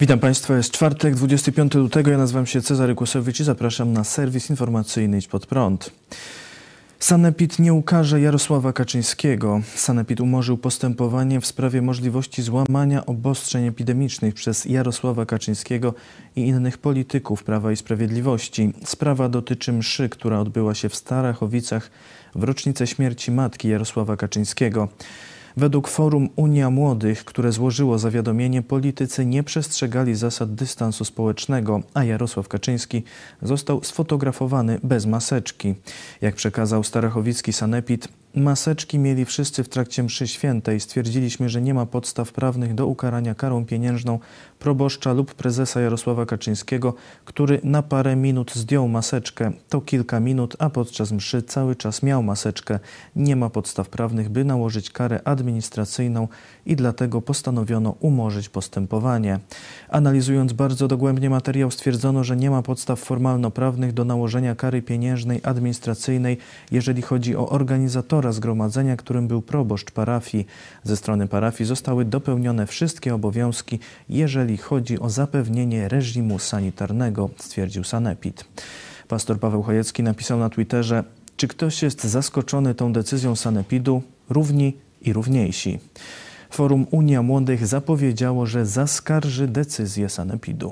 Witam Państwa, jest czwartek, 25 lutego. Ja nazywam się Cezary Kłosowicz i zapraszam na serwis informacyjny Idź Pod Prąd. Sanepid nie ukarze Jarosława Kaczyńskiego. Sanepid umorzył postępowanie w sprawie możliwości złamania obostrzeń epidemicznych przez Jarosława Kaczyńskiego i innych polityków Prawa i Sprawiedliwości. Sprawa dotyczy mszy, która odbyła się w Starachowicach w rocznicę śmierci matki Jarosława Kaczyńskiego. Według Forum Unia Młodych, które złożyło zawiadomienie, politycy nie przestrzegali zasad dystansu społecznego, a Jarosław Kaczyński został sfotografowany bez maseczki. Jak przekazał starachowicki sanepid, maseczki mieli wszyscy w trakcie mszy świętej. Stwierdziliśmy, że nie ma podstaw prawnych do ukarania karą pieniężną proboszcza lub prezesa Jarosława Kaczyńskiego, który na parę minut zdjął maseczkę. To kilka minut, a podczas mszy cały czas miał maseczkę. Nie ma podstaw prawnych, by nałożyć karę administracyjną i dlatego postanowiono umorzyć postępowanie. Analizując bardzo dogłębnie materiał, stwierdzono, że nie ma podstaw formalno-prawnych do nałożenia kary pieniężnej, administracyjnej, jeżeli chodzi o organizatora zgromadzenia, którym był proboszcz parafii. Ze strony parafii zostały dopełnione wszystkie obowiązki, jeżeli chodzi o zapewnienie reżimu sanitarnego, stwierdził sanepid. Pastor Paweł Chojecki napisał na Twitterze: czy ktoś jest zaskoczony tą decyzją sanepidu? Równi i równiejsi. Forum Unia Młodych zapowiedziało, że zaskarży decyzję sanepidu.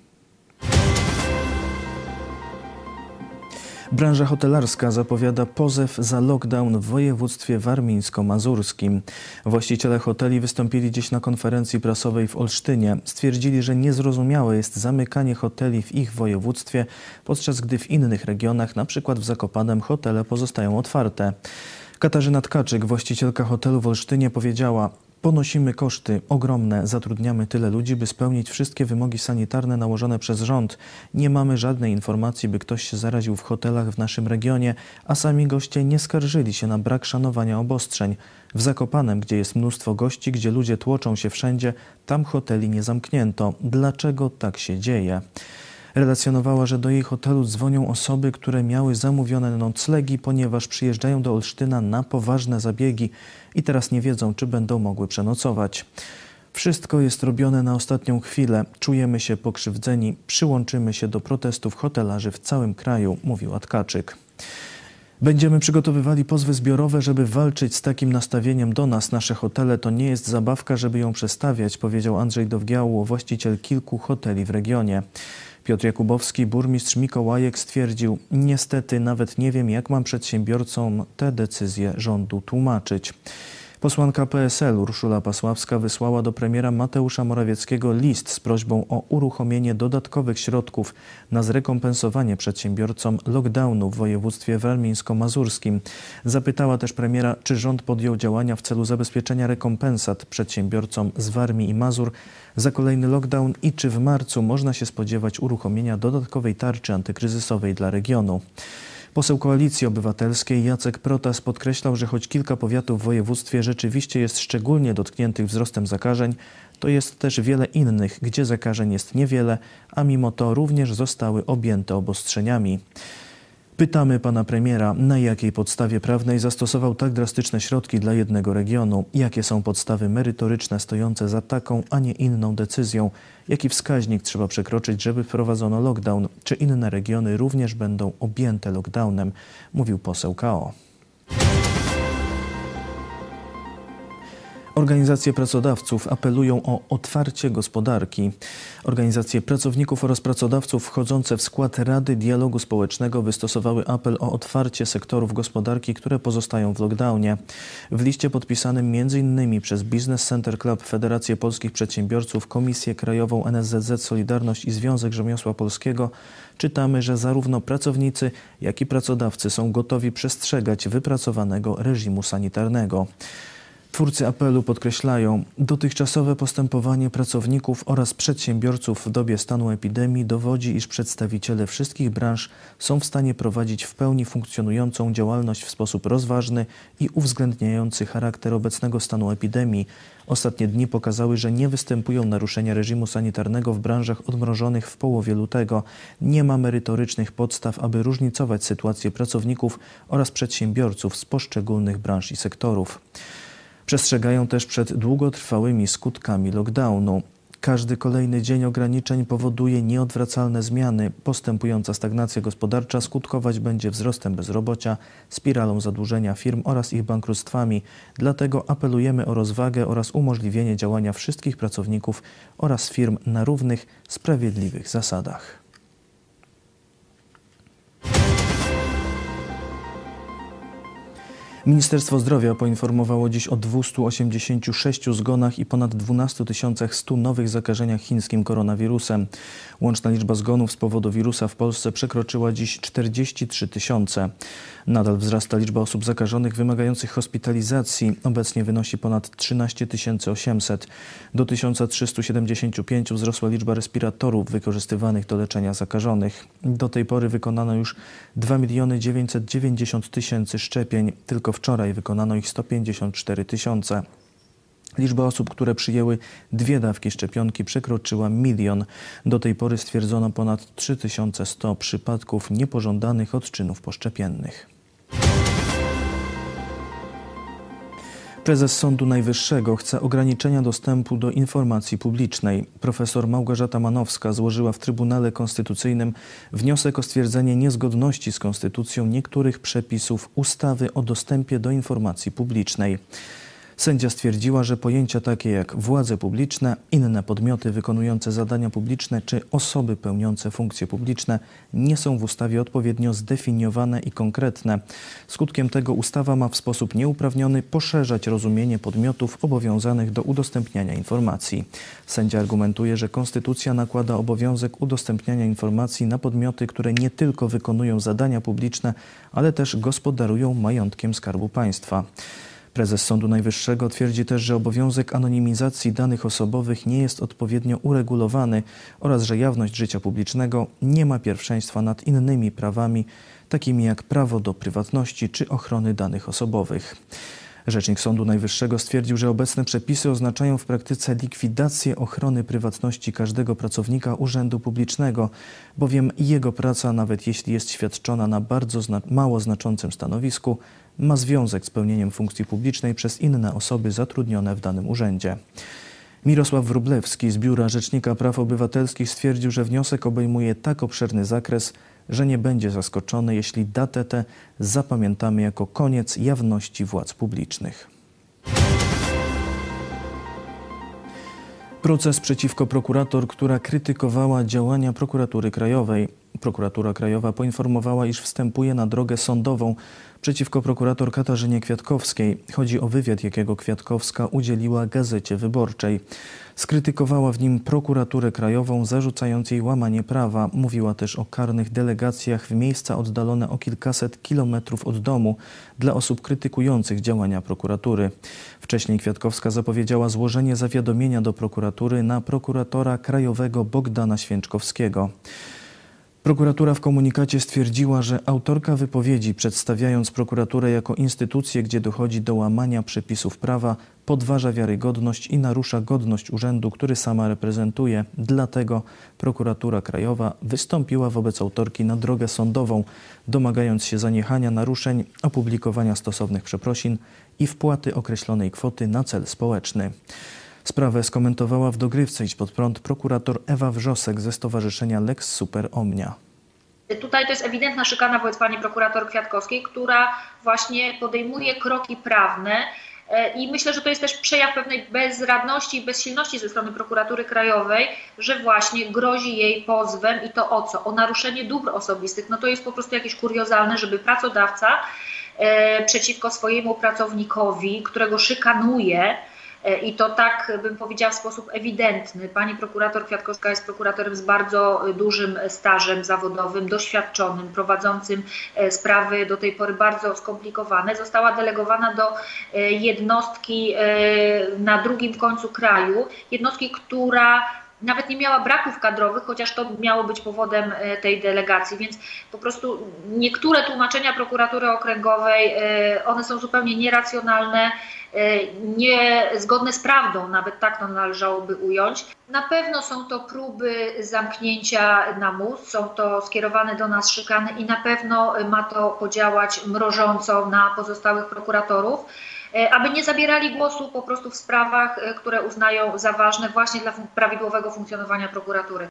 Branża hotelarska zapowiada pozew za lockdown w województwie warmińsko-mazurskim. Właściciele hoteli wystąpili dziś na konferencji prasowej w Olsztynie. Stwierdzili, że niezrozumiałe jest zamykanie hoteli w ich województwie, podczas gdy w innych regionach, np. w Zakopanem, hotele pozostają otwarte. Katarzyna Tkaczyk, właścicielka hotelu w Olsztynie, powiedziała: ponosimy koszty ogromne, zatrudniamy tyle ludzi, by spełnić wszystkie wymogi sanitarne nałożone przez rząd. Nie mamy żadnej informacji, by ktoś się zaraził w hotelach w naszym regionie, a sami goście nie skarżyli się na brak szanowania obostrzeń. W Zakopanem, gdzie jest mnóstwo gości, gdzie ludzie tłoczą się wszędzie, tam hoteli nie zamknięto. Dlaczego tak się dzieje? Relacjonowała, że do jej hotelu dzwonią osoby, które miały zamówione noclegi, ponieważ przyjeżdżają do Olsztyna na poważne zabiegi i teraz nie wiedzą, czy będą mogły przenocować. Wszystko jest robione na ostatnią chwilę. Czujemy się pokrzywdzeni. Przyłączymy się do protestów hotelarzy w całym kraju, mówiła Tkaczyk. Będziemy przygotowywali pozwy zbiorowe, żeby walczyć z takim nastawieniem do nas. Nasze hotele to nie jest zabawka, żeby ją przestawiać, powiedział Andrzej Dowgiało, właściciel kilku hoteli w regionie. Piotr Jakubowski, burmistrz Mikołajek, stwierdził: niestety nawet nie wiem, jak mam przedsiębiorcom te decyzje rządu tłumaczyć. Posłanka PSL Urszula Pasławska wysłała do premiera Mateusza Morawieckiego list z prośbą o uruchomienie dodatkowych środków na zrekompensowanie przedsiębiorcom lockdownu w województwie warmińsko-mazurskim. Zapytała też premiera, czy rząd podjął działania w celu zabezpieczenia rekompensat przedsiębiorcom z Warmii i Mazur za kolejny lockdown i czy w marcu można się spodziewać uruchomienia dodatkowej tarczy antykryzysowej dla regionu. Poseł Koalicji Obywatelskiej Jacek Protas podkreślał, że choć kilka powiatów w województwie rzeczywiście jest szczególnie dotkniętych wzrostem zakażeń, to jest też wiele innych, gdzie zakażeń jest niewiele, a mimo to również zostały objęte obostrzeniami. Pytamy pana premiera, na jakiej podstawie prawnej zastosował tak drastyczne środki dla jednego regionu? Jakie są podstawy merytoryczne stojące za taką, a nie inną decyzją? Jaki wskaźnik trzeba przekroczyć, żeby wprowadzono lockdown? Czy inne regiony również będą objęte lockdownem? Mówił poseł KO. Organizacje pracodawców apelują o otwarcie gospodarki. Organizacje pracowników oraz pracodawców wchodzące w skład Rady Dialogu Społecznego wystosowały apel o otwarcie sektorów gospodarki, które pozostają w lockdownie. W liście podpisanym m.in. przez Business Center Club, Federację Polskich Przedsiębiorców, Komisję Krajową NSZZ Solidarność i Związek Rzemiosła Polskiego czytamy, że zarówno pracownicy, jak i pracodawcy są gotowi przestrzegać wypracowanego reżimu sanitarnego. Twórcy apelu podkreślają, dotychczasowe postępowanie pracowników oraz przedsiębiorców w dobie stanu epidemii dowodzi, iż przedstawiciele wszystkich branż są w stanie prowadzić w pełni funkcjonującą działalność w sposób rozważny i uwzględniający charakter obecnego stanu epidemii. Ostatnie dni pokazały, że nie występują naruszenia reżimu sanitarnego w branżach odmrożonych w połowie lutego. Nie ma merytorycznych podstaw, aby różnicować sytuację pracowników oraz przedsiębiorców z poszczególnych branż i sektorów. Przestrzegają też przed długotrwałymi skutkami lockdownu. Każdy kolejny dzień ograniczeń powoduje nieodwracalne zmiany. Postępująca stagnacja gospodarcza skutkować będzie wzrostem bezrobocia, spiralą zadłużenia firm oraz ich bankructwami. Dlatego apelujemy o rozwagę oraz umożliwienie działania wszystkich pracowników oraz firm na równych, sprawiedliwych zasadach. Ministerstwo Zdrowia poinformowało dziś o 286 zgonach i ponad 12 100 nowych zakażeniach chińskim koronawirusem. Łączna liczba zgonów z powodu wirusa w Polsce przekroczyła dziś 43 000. Nadal wzrasta liczba osób zakażonych wymagających hospitalizacji. Obecnie wynosi ponad 13 800. Do 1375 wzrosła liczba respiratorów wykorzystywanych do leczenia zakażonych. Do tej pory wykonano już 2 990 000 szczepień. Tylko wczoraj wykonano ich 154 000. Liczba osób, które przyjęły 2 dawki szczepionki, przekroczyła 1 000 000. Do tej pory stwierdzono ponad 3100 przypadków niepożądanych odczynów poszczepiennych. Prezes Sądu Najwyższego chce ograniczenia dostępu do informacji publicznej. Profesor Małgorzata Manowska złożyła w Trybunale Konstytucyjnym wniosek o stwierdzenie niezgodności z konstytucją niektórych przepisów ustawy o dostępie do informacji publicznej. Sędzia stwierdziła, że pojęcia takie jak władze publiczne, inne podmioty wykonujące zadania publiczne czy osoby pełniące funkcje publiczne nie są w ustawie odpowiednio zdefiniowane i konkretne. Skutkiem tego ustawa ma w sposób nieuprawniony poszerzać rozumienie podmiotów obowiązanych do udostępniania informacji. Sędzia argumentuje, że konstytucja nakłada obowiązek udostępniania informacji na podmioty, które nie tylko wykonują zadania publiczne, ale też gospodarują majątkiem Skarbu Państwa. Prezes Sądu Najwyższego twierdzi też, że obowiązek anonimizacji danych osobowych nie jest odpowiednio uregulowany oraz że jawność życia publicznego nie ma pierwszeństwa nad innymi prawami, takimi jak prawo do prywatności czy ochrony danych osobowych. Rzecznik Sądu Najwyższego stwierdził, że obecne przepisy oznaczają w praktyce likwidację ochrony prywatności każdego pracownika urzędu publicznego, bowiem jego praca, nawet jeśli jest świadczona na bardzo mało znaczącym stanowisku, ma związek z pełnieniem funkcji publicznej przez inne osoby zatrudnione w danym urzędzie. Mirosław Wróblewski z Biura Rzecznika Praw Obywatelskich stwierdził, że wniosek obejmuje tak obszerny zakres, że nie będzie zaskoczony, jeśli datę tę zapamiętamy jako koniec jawności władz publicznych. Proces przeciwko prokurator, która krytykowała działania Prokuratury Krajowej. Prokuratura Krajowa poinformowała, iż wstępuje na drogę sądową przeciwko prokurator Katarzynie Kwiatkowskiej. Chodzi o wywiad, jakiego Kwiatkowska udzieliła Gazecie Wyborczej. Skrytykowała w nim Prokuraturę Krajową, zarzucając jej łamanie prawa. Mówiła też o karnych delegacjach w miejsca oddalone o kilkaset kilometrów od domu dla osób krytykujących działania prokuratury. Wcześniej Kwiatkowska zapowiedziała złożenie zawiadomienia do prokuratury na prokuratora krajowego Bogdana Święczkowskiego. Prokuratura w komunikacie stwierdziła, że autorka wypowiedzi, przedstawiając prokuraturę jako instytucję, gdzie dochodzi do łamania przepisów prawa, podważa wiarygodność i narusza godność urzędu, który sama reprezentuje. Dlatego Prokuratura Krajowa wystąpiła wobec autorki na drogę sądową, domagając się zaniechania naruszeń, opublikowania stosownych przeprosin i wpłaty określonej kwoty na cel społeczny. Sprawę skomentowała w dogrywce Idź Pod Prąd prokurator Ewa Wrzosek ze Stowarzyszenia Lex Super Omnia. Tutaj to jest ewidentna szykana wobec pani prokurator Kwiatkowskiej, która właśnie podejmuje kroki prawne i myślę, że to jest też przejaw pewnej bezradności i bezsilności ze strony Prokuratury Krajowej, że właśnie grozi jej pozwem i to o co? O naruszenie dóbr osobistych. No to jest po prostu jakieś kuriozalne, żeby pracodawca przeciwko swojemu pracownikowi, którego szykanuje, i to tak bym powiedziała w sposób ewidentny. Pani prokurator Kwiatkowska jest prokuratorem z bardzo dużym stażem zawodowym, doświadczonym, prowadzącym sprawy do tej pory bardzo skomplikowane. Została delegowana do jednostki na drugim końcu kraju, jednostki, która nawet nie miała braków kadrowych, chociaż to miało być powodem tej delegacji, więc po prostu niektóre tłumaczenia prokuratury okręgowej, one są zupełnie nieracjonalne, niezgodne z prawdą, nawet tak to należałoby ująć. Na pewno są to próby zamknięcia na mus, są to skierowane do nas szykany i na pewno ma to podziałać mrożąco na pozostałych prokuratorów. aby nie zabierali głosu po prostu w sprawach, które uznają za ważne właśnie dla prawidłowego funkcjonowania prokuratury.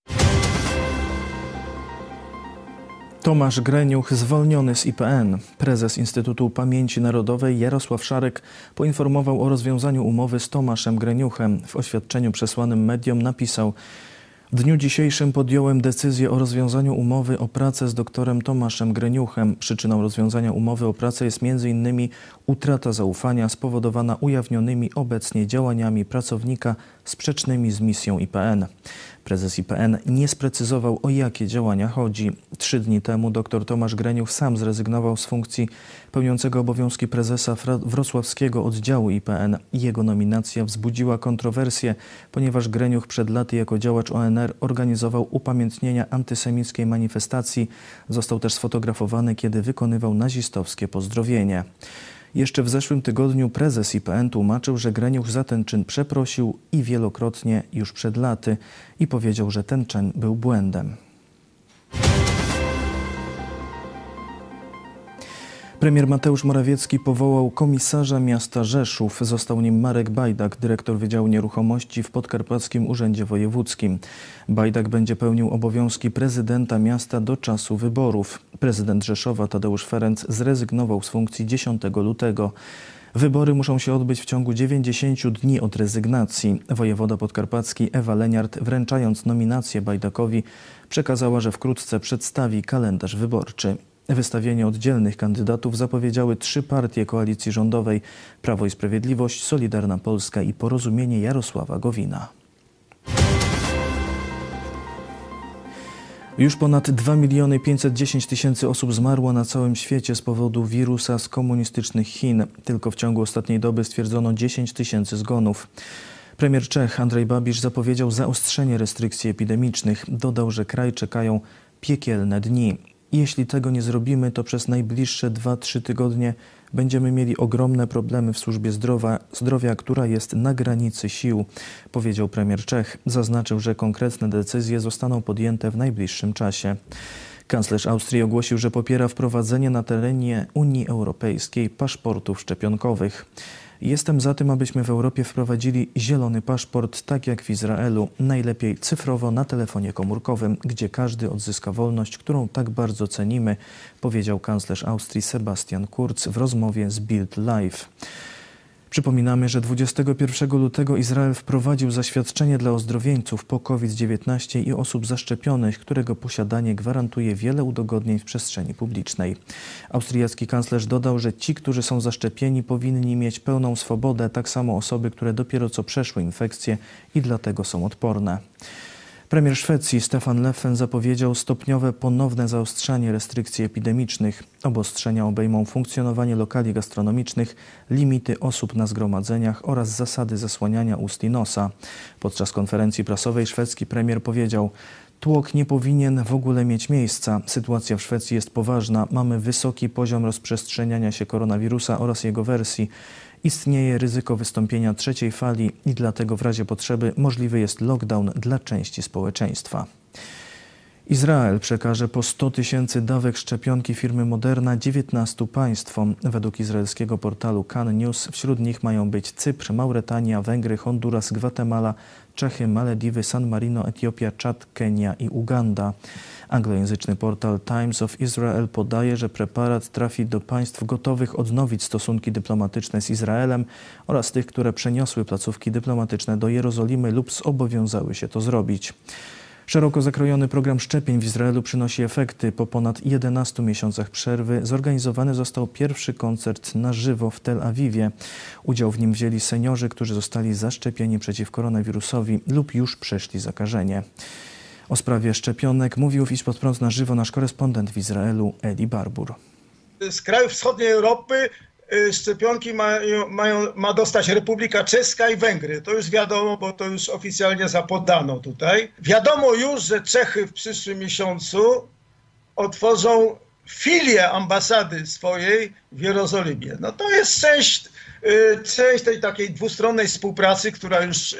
Tomasz Greniuch zwolniony z IPN. Prezes Instytutu Pamięci Narodowej Jarosław Szarek poinformował o rozwiązaniu umowy z Tomaszem Greniuchem. W oświadczeniu przesłanym mediom napisał: w dniu dzisiejszym podjąłem decyzję o rozwiązaniu umowy o pracę z doktorem Tomaszem Greniuchem. Przyczyną rozwiązania umowy o pracę jest m.in. utrata zaufania spowodowana ujawnionymi obecnie działaniami pracownika sprzecznymi z misją IPN. Prezes IPN nie sprecyzował, o jakie działania chodzi. 3 dni temu dr Tomasz Greniuch sam zrezygnował z funkcji pełniącego obowiązki prezesa wrocławskiego oddziału IPN. Jego nominacja wzbudziła kontrowersje, ponieważ Greniuch przed laty jako działacz ONR organizował upamiętnienia antysemickiej manifestacji. Został też sfotografowany, kiedy wykonywał nazistowskie pozdrowienie. Jeszcze w zeszłym tygodniu prezes IPN tłumaczył, że Greniuch za ten czyn przeprosił i wielokrotnie już przed laty i powiedział, że ten czyn był błędem. Premier Mateusz Morawiecki powołał komisarza miasta Rzeszów. Został nim Marek Bajdak, dyrektor Wydziału Nieruchomości w Podkarpackim Urzędzie Wojewódzkim. Bajdak będzie pełnił obowiązki prezydenta miasta do czasu wyborów. Prezydent Rzeszowa Tadeusz Ferenc zrezygnował z funkcji 10 lutego. Wybory muszą się odbyć w ciągu 90 dni od rezygnacji. Wojewoda podkarpacki Ewa Leniart, wręczając nominację Bajdakowi, przekazała, że wkrótce przedstawi kalendarz wyborczy. Wystawienie oddzielnych kandydatów zapowiedziały 3 partie koalicji rządowej: Prawo i Sprawiedliwość, Solidarna Polska i Porozumienie Jarosława Gowina. Już ponad 2 510 000 osób zmarło na całym świecie z powodu wirusa z komunistycznych Chin. Tylko w ciągu ostatniej doby stwierdzono 10 000 zgonów. Premier Czech Andrej Babiš zapowiedział zaostrzenie restrykcji epidemicznych. Dodał, że kraj czekają piekielne dni. Jeśli tego nie zrobimy, to przez najbliższe 2-3 tygodnie będziemy mieli ogromne problemy w służbie zdrowia, która jest na granicy sił, powiedział premier Czech. Zaznaczył, że konkretne decyzje zostaną podjęte w najbliższym czasie. Kanclerz Austrii ogłosił, że popiera wprowadzenie na terenie Unii Europejskiej paszportów szczepionkowych. Jestem za tym, abyśmy w Europie wprowadzili zielony paszport, tak jak w Izraelu, najlepiej cyfrowo na telefonie komórkowym, gdzie każdy odzyska wolność, którą tak bardzo cenimy, powiedział kanclerz Austrii Sebastian Kurz w rozmowie z Bild Live. Przypominamy, że 21 lutego Izrael wprowadził zaświadczenie dla ozdrowieńców po COVID-19 i osób zaszczepionych, którego posiadanie gwarantuje wiele udogodnień w przestrzeni publicznej. Austriacki kanclerz dodał, że ci, którzy są zaszczepieni, powinni mieć pełną swobodę, tak samo osoby, które dopiero co przeszły infekcję i dlatego są odporne. Premier Szwecji Stefan Löfven zapowiedział stopniowe ponowne zaostrzanie restrykcji epidemicznych. Obostrzenia obejmą funkcjonowanie lokali gastronomicznych, limity osób na zgromadzeniach oraz zasady zasłaniania ust i nosa. Podczas konferencji prasowej szwedzki premier powiedział: tłok nie powinien w ogóle mieć miejsca. Sytuacja w Szwecji jest poważna. Mamy wysoki poziom rozprzestrzeniania się koronawirusa oraz jego wersji. Istnieje ryzyko wystąpienia 3. fali i dlatego w razie potrzeby możliwy jest lockdown dla części społeczeństwa. Izrael przekaże po 100 000 dawek szczepionki firmy Moderna 19 państwom. Według izraelskiego portalu Kan News wśród nich mają być Cypr, Mauretania, Węgry, Honduras, Gwatemala, Czechy, Malediwy, San Marino, Etiopia, Czad, Kenia i Uganda. Anglojęzyczny portal Times of Israel podaje, że preparat trafi do państw gotowych odnowić stosunki dyplomatyczne z Izraelem oraz tych, które przeniosły placówki dyplomatyczne do Jerozolimy lub zobowiązały się to zrobić. Szeroko zakrojony program szczepień w Izraelu przynosi efekty. Po ponad 11 miesiącach przerwy zorganizowany został pierwszy koncert na żywo w Tel Awiwie. Udział w nim wzięli seniorzy, którzy zostali zaszczepieni przeciw koronawirusowi lub już przeszli zakażenie. O sprawie szczepionek mówił w Idź Pod Prąd na żywo nasz korespondent w Izraelu Eli Barbur. Z krajów wschodniej Europy szczepionki ma dostać Republika Czeska i Węgry. To już wiadomo, bo to już oficjalnie zapodano tutaj. Wiadomo już, że Czechy w przyszłym miesiącu otworzą filię ambasady swojej w Jerozolimie. No to jest część tej takiej dwustronnej współpracy, która już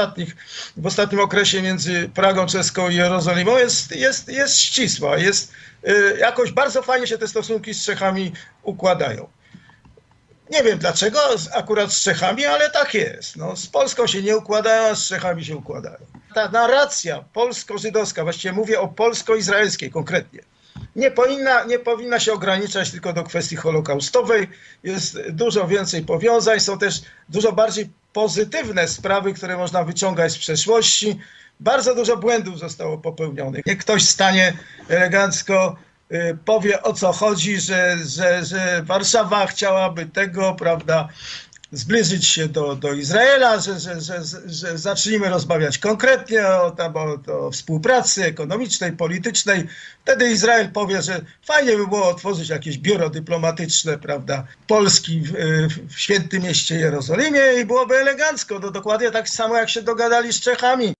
w ostatnim okresie między Pragą czeską i Jerozolimą jest ścisła. Jakoś bardzo fajnie się te stosunki z Czechami układają. Nie wiem dlaczego, akurat z Czechami, ale tak jest. No, z Polską się nie układają, a z Czechami się układają. Ta narracja polsko-żydowska, właściwie mówię o polsko-izraelskiej konkretnie, nie powinna się ograniczać tylko do kwestii holokaustowej. Jest dużo więcej powiązań, są też dużo bardziej pozytywne sprawy, które można wyciągać z przeszłości. Bardzo dużo błędów zostało popełnionych. Niech ktoś stanie elegancko, powie o co chodzi, że Warszawa chciałaby tego, prawda, zbliżyć się do Izraela, że zacznijmy rozmawiać konkretnie o współpracy ekonomicznej, politycznej. Wtedy Izrael powie, że fajnie by było otworzyć jakieś biuro dyplomatyczne, prawda, Polski w świętym mieście Jerozolimie i byłoby elegancko. No, dokładnie tak samo jak się dogadali z Czechami.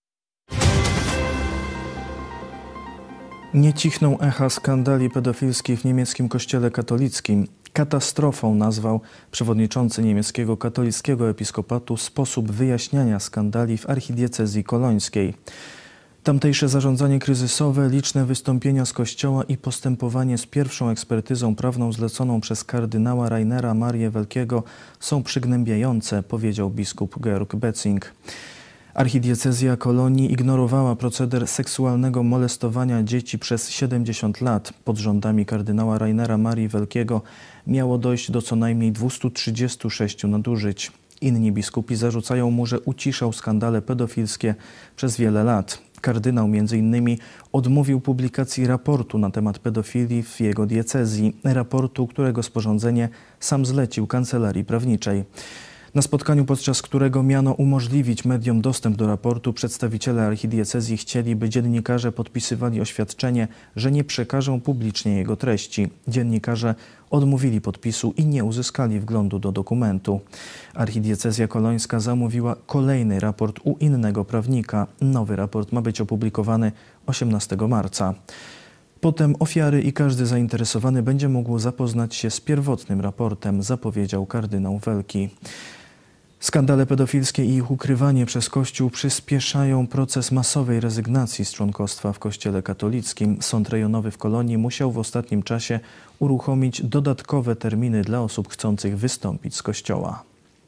Nie cichną echa skandali pedofilskich w niemieckim kościele katolickim. Katastrofą nazwał przewodniczący niemieckiego katolickiego episkopatu sposób wyjaśniania skandali w archidiecezji kolońskiej. Tamtejsze zarządzanie kryzysowe, liczne wystąpienia z kościoła i postępowanie z pierwszą ekspertyzą prawną zleconą przez kardynała Rainera Marię Welkiego są przygnębiające, powiedział biskup Georg Betzing. Archidiecezja Kolonii ignorowała proceder seksualnego molestowania dzieci przez 70 lat. Pod rządami kardynała Rainera Marii Welkiego miało dojść do co najmniej 236 nadużyć. Inni biskupi zarzucają mu, że uciszał skandale pedofilskie przez wiele lat. Kardynał m.in. odmówił publikacji raportu na temat pedofilii w jego diecezji, raportu, którego sporządzenie sam zlecił kancelarii prawniczej. Na spotkaniu, podczas którego miano umożliwić mediom dostęp do raportu, przedstawiciele archidiecezji chcieli, by dziennikarze podpisywali oświadczenie, że nie przekażą publicznie jego treści. Dziennikarze odmówili podpisu i nie uzyskali wglądu do dokumentu. Archidiecezja kolońska zamówiła kolejny raport u innego prawnika. Nowy raport ma być opublikowany 18 marca. Potem ofiary i każdy zainteresowany będzie mógł zapoznać się z pierwotnym raportem, zapowiedział kardynał Welki. Skandale pedofilskie i ich ukrywanie przez Kościół przyspieszają proces masowej rezygnacji z członkostwa w Kościele katolickim. Sąd rejonowy w Kolonii musiał w ostatnim czasie uruchomić dodatkowe terminy dla osób chcących wystąpić z Kościoła.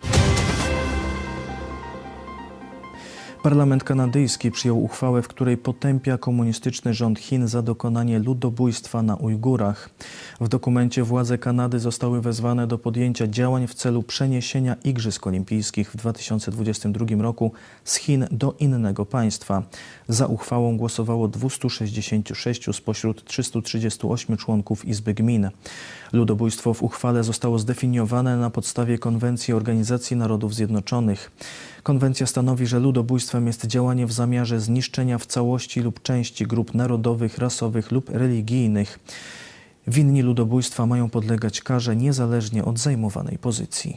Parlament kanadyjski przyjął uchwałę, w której potępia komunistyczny rząd Chin za dokonanie ludobójstwa na Ujgurach. W dokumencie władze Kanady zostały wezwane do podjęcia działań w celu przeniesienia Igrzysk Olimpijskich w 2022 roku z Chin do innego państwa. Za uchwałą głosowało 266 spośród 338 członków Izby Gmin. Ludobójstwo w uchwale zostało zdefiniowane na podstawie Konwencji Organizacji Narodów Zjednoczonych. Konwencja stanowi, że ludobójstwem jest działanie w zamiarze zniszczenia w całości lub części grup narodowych, rasowych lub religijnych. Winni ludobójstwa mają podlegać karze niezależnie od zajmowanej pozycji.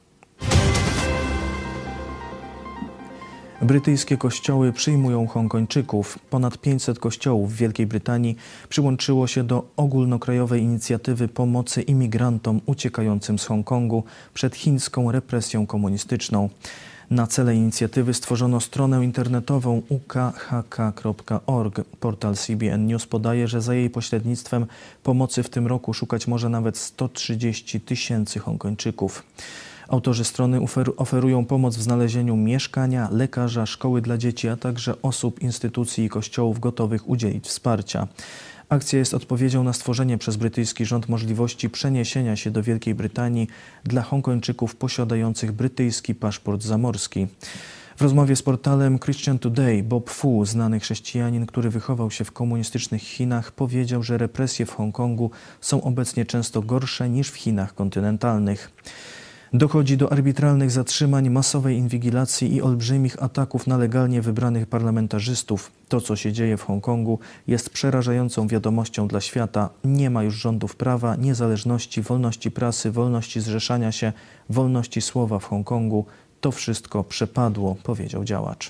Brytyjskie kościoły przyjmują Hongkończyków. Ponad 500 kościołów w Wielkiej Brytanii przyłączyło się do ogólnokrajowej inicjatywy pomocy imigrantom uciekającym z Hongkongu przed chińską represją komunistyczną. Na cele inicjatywy stworzono stronę internetową ukhk.org. Portal CBN News podaje, że za jej pośrednictwem pomocy w tym roku szukać może nawet 130 000 Hongkończyków. Autorzy strony oferują pomoc w znalezieniu mieszkania, lekarza, szkoły dla dzieci, a także osób, instytucji i kościołów gotowych udzielić wsparcia. Akcja jest odpowiedzią na stworzenie przez brytyjski rząd możliwości przeniesienia się do Wielkiej Brytanii dla Hongkończyków posiadających brytyjski paszport zamorski. W rozmowie z portalem Christian Today Bob Fu, znany chrześcijanin, który wychował się w komunistycznych Chinach, powiedział, że represje w Hongkongu są obecnie często gorsze niż w Chinach kontynentalnych. Dochodzi do arbitralnych zatrzymań, masowej inwigilacji i olbrzymich ataków na legalnie wybranych parlamentarzystów. To, co się dzieje w Hongkongu, jest przerażającą wiadomością dla świata. Nie ma już rządów prawa, niezależności, wolności prasy, wolności zrzeszania się, wolności słowa w Hongkongu. To wszystko przepadło, powiedział działacz.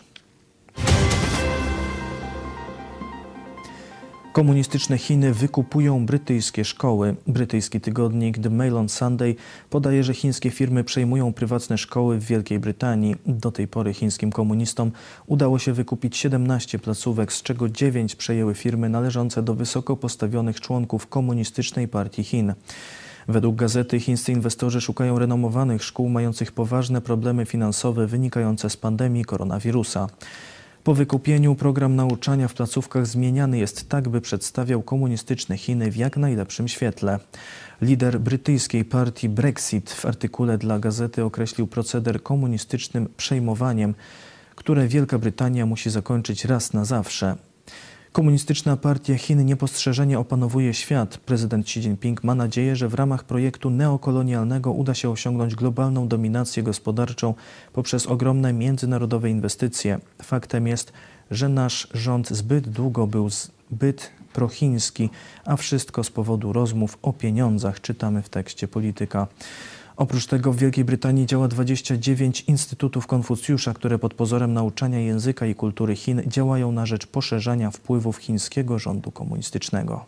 Komunistyczne Chiny wykupują brytyjskie szkoły. Brytyjski tygodnik The Mail on Sunday podaje, że chińskie firmy przejmują prywatne szkoły w Wielkiej Brytanii. Do tej pory chińskim komunistom udało się wykupić 17 placówek, z czego 9 przejęły firmy należące do wysoko postawionych członków Komunistycznej Partii Chin. Według gazety chińscy inwestorzy szukają renomowanych szkół mających poważne problemy finansowe wynikające z pandemii koronawirusa. Po wykupieniu program nauczania w placówkach zmieniany jest tak, by przedstawiał komunistyczne Chiny w jak najlepszym świetle. Lider brytyjskiej partii Brexit w artykule dla gazety określił proceder komunistycznym przejmowaniem, które Wielka Brytania musi zakończyć raz na zawsze. Komunistyczna Partia Chin niepostrzeżenie opanowuje świat. Prezydent Xi Jinping ma nadzieję, że w ramach projektu neokolonialnego uda się osiągnąć globalną dominację gospodarczą poprzez ogromne międzynarodowe inwestycje. Faktem jest, że nasz rząd zbyt długo był zbyt prochiński, a wszystko z powodu rozmów o pieniądzach, czytamy w tekście Polityka. Oprócz tego w Wielkiej Brytanii działa 29 instytutów Konfucjusza, które pod pozorem nauczania języka i kultury Chin działają na rzecz poszerzania wpływów chińskiego rządu komunistycznego.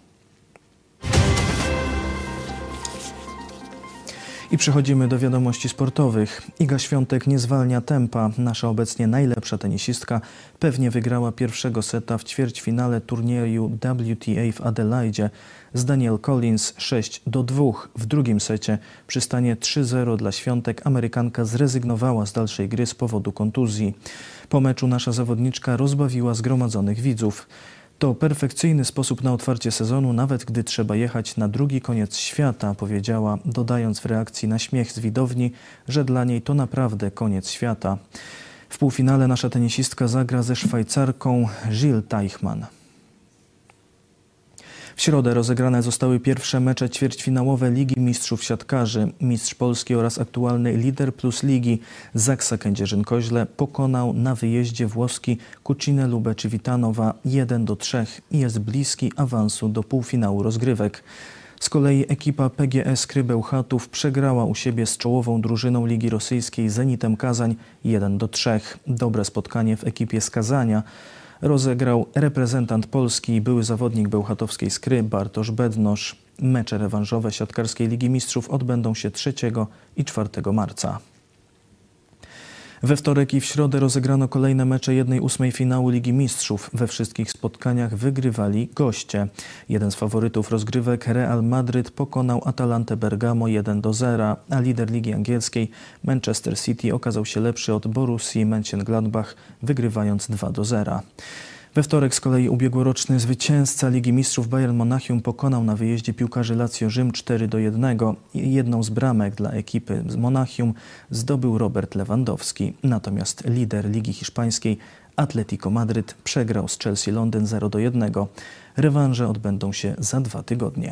I przechodzimy do wiadomości sportowych. Iga Świątek nie zwalnia tempa. Nasza obecnie najlepsza tenisistka pewnie wygrała pierwszego seta w ćwierćfinale turnieju WTA w Adelaidzie z Danielle Collins 6-2. W drugim secie przy stanie 3-0 dla Świątek Amerykanka zrezygnowała z dalszej gry z powodu kontuzji. Po meczu nasza zawodniczka rozbawiła zgromadzonych widzów. To perfekcyjny sposób na otwarcie sezonu, nawet gdy trzeba jechać na drugi koniec świata, powiedziała, dodając w reakcji na śmiech z widowni, że dla niej to naprawdę koniec świata. W półfinale nasza tenisistka zagra ze Szwajcarką Jil Teichmann. W środę rozegrane zostały pierwsze mecze ćwierćfinałowe Ligi Mistrzów Siatkarzy. Mistrz Polski oraz aktualny lider plus ligi Zaksa Kędzierzyn-Koźle pokonał na wyjeździe włoski Cucinę Lubę Civitanowa 1-3 i jest bliski awansu do półfinału rozgrywek. Z kolei ekipa PGS Kry Bełchatów przegrała u siebie z czołową drużyną Ligi Rosyjskiej Zenitem Kazań 1-3. Dobre spotkanie w ekipie z Kazania rozegrał reprezentant Polski i były zawodnik bełchatowskiej Skry Bartosz Bednosz. Mecze rewanżowe siatkarskiej Ligi Mistrzów odbędą się 3 i 4 marca. We wtorek i w środę rozegrano kolejne mecze 1/8 finału Ligi Mistrzów. We wszystkich spotkaniach wygrywali goście. Jeden z faworytów rozgrywek, Real Madryt, pokonał Atalantę Bergamo 1-0, a lider Ligi Angielskiej Manchester City okazał się lepszy od Borussii Mönchengladbach, wygrywając 2-0. We wtorek z kolei ubiegłoroczny zwycięzca Ligi Mistrzów Bayern Monachium pokonał na wyjeździe piłkarzy Lazio Rzym 4-1. Jedną z bramek dla ekipy z Monachium zdobył Robert Lewandowski. Natomiast lider Ligi Hiszpańskiej Atletico Madryt przegrał z Chelsea Londyn 0-1. Rewanże odbędą się za 2 tygodnie.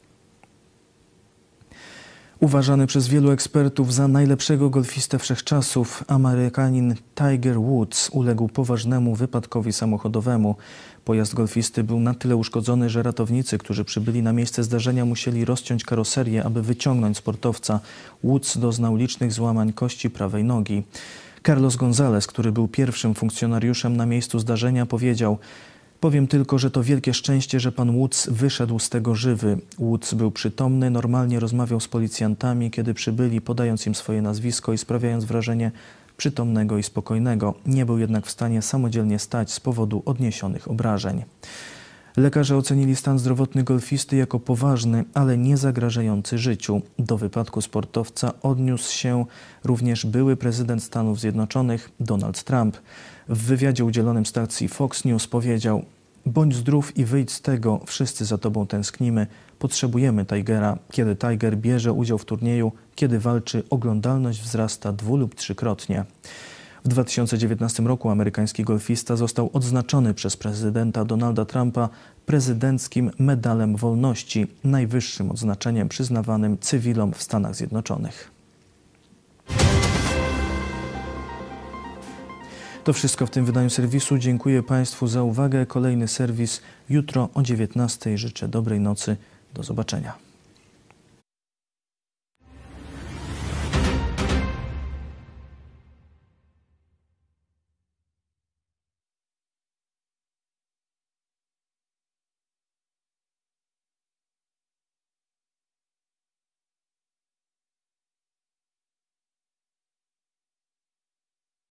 Uważany przez wielu ekspertów za najlepszego golfistę wszechczasów, Amerykanin Tiger Woods uległ poważnemu wypadkowi samochodowemu. Pojazd golfisty był na tyle uszkodzony, że ratownicy, którzy przybyli na miejsce zdarzenia, musieli rozciąć karoserię, aby wyciągnąć sportowca. Woods doznał licznych złamań kości prawej nogi. Carlos González, który był pierwszym funkcjonariuszem na miejscu zdarzenia, powiedział: Powiem tylko, że to wielkie szczęście, że pan Woods wyszedł z tego żywy. Woods był przytomny, normalnie rozmawiał z policjantami, kiedy przybyli, podając im swoje nazwisko i sprawiając wrażenie przytomnego i spokojnego. Nie był jednak w stanie samodzielnie stać z powodu odniesionych obrażeń. Lekarze ocenili stan zdrowotny golfisty jako poważny, ale nie zagrażający życiu. Do wypadku sportowca odniósł się również były prezydent Stanów Zjednoczonych Donald Trump. W wywiadzie udzielonym stacji Fox News powiedział: Bądź zdrów i wyjdź z tego, wszyscy za tobą tęsknimy. Potrzebujemy Tigera. Kiedy Tiger bierze udział w turnieju, kiedy walczy, oglądalność wzrasta 2- lub 3-krotnie. W 2019 roku amerykański golfista został odznaczony przez prezydenta Donalda Trumpa prezydenckim Medalem Wolności, najwyższym odznaczeniem przyznawanym cywilom w Stanach Zjednoczonych. To wszystko w tym wydaniu serwisu. Dziękuję Państwu za uwagę. Kolejny serwis jutro o 19:00. Życzę dobrej nocy. Do zobaczenia.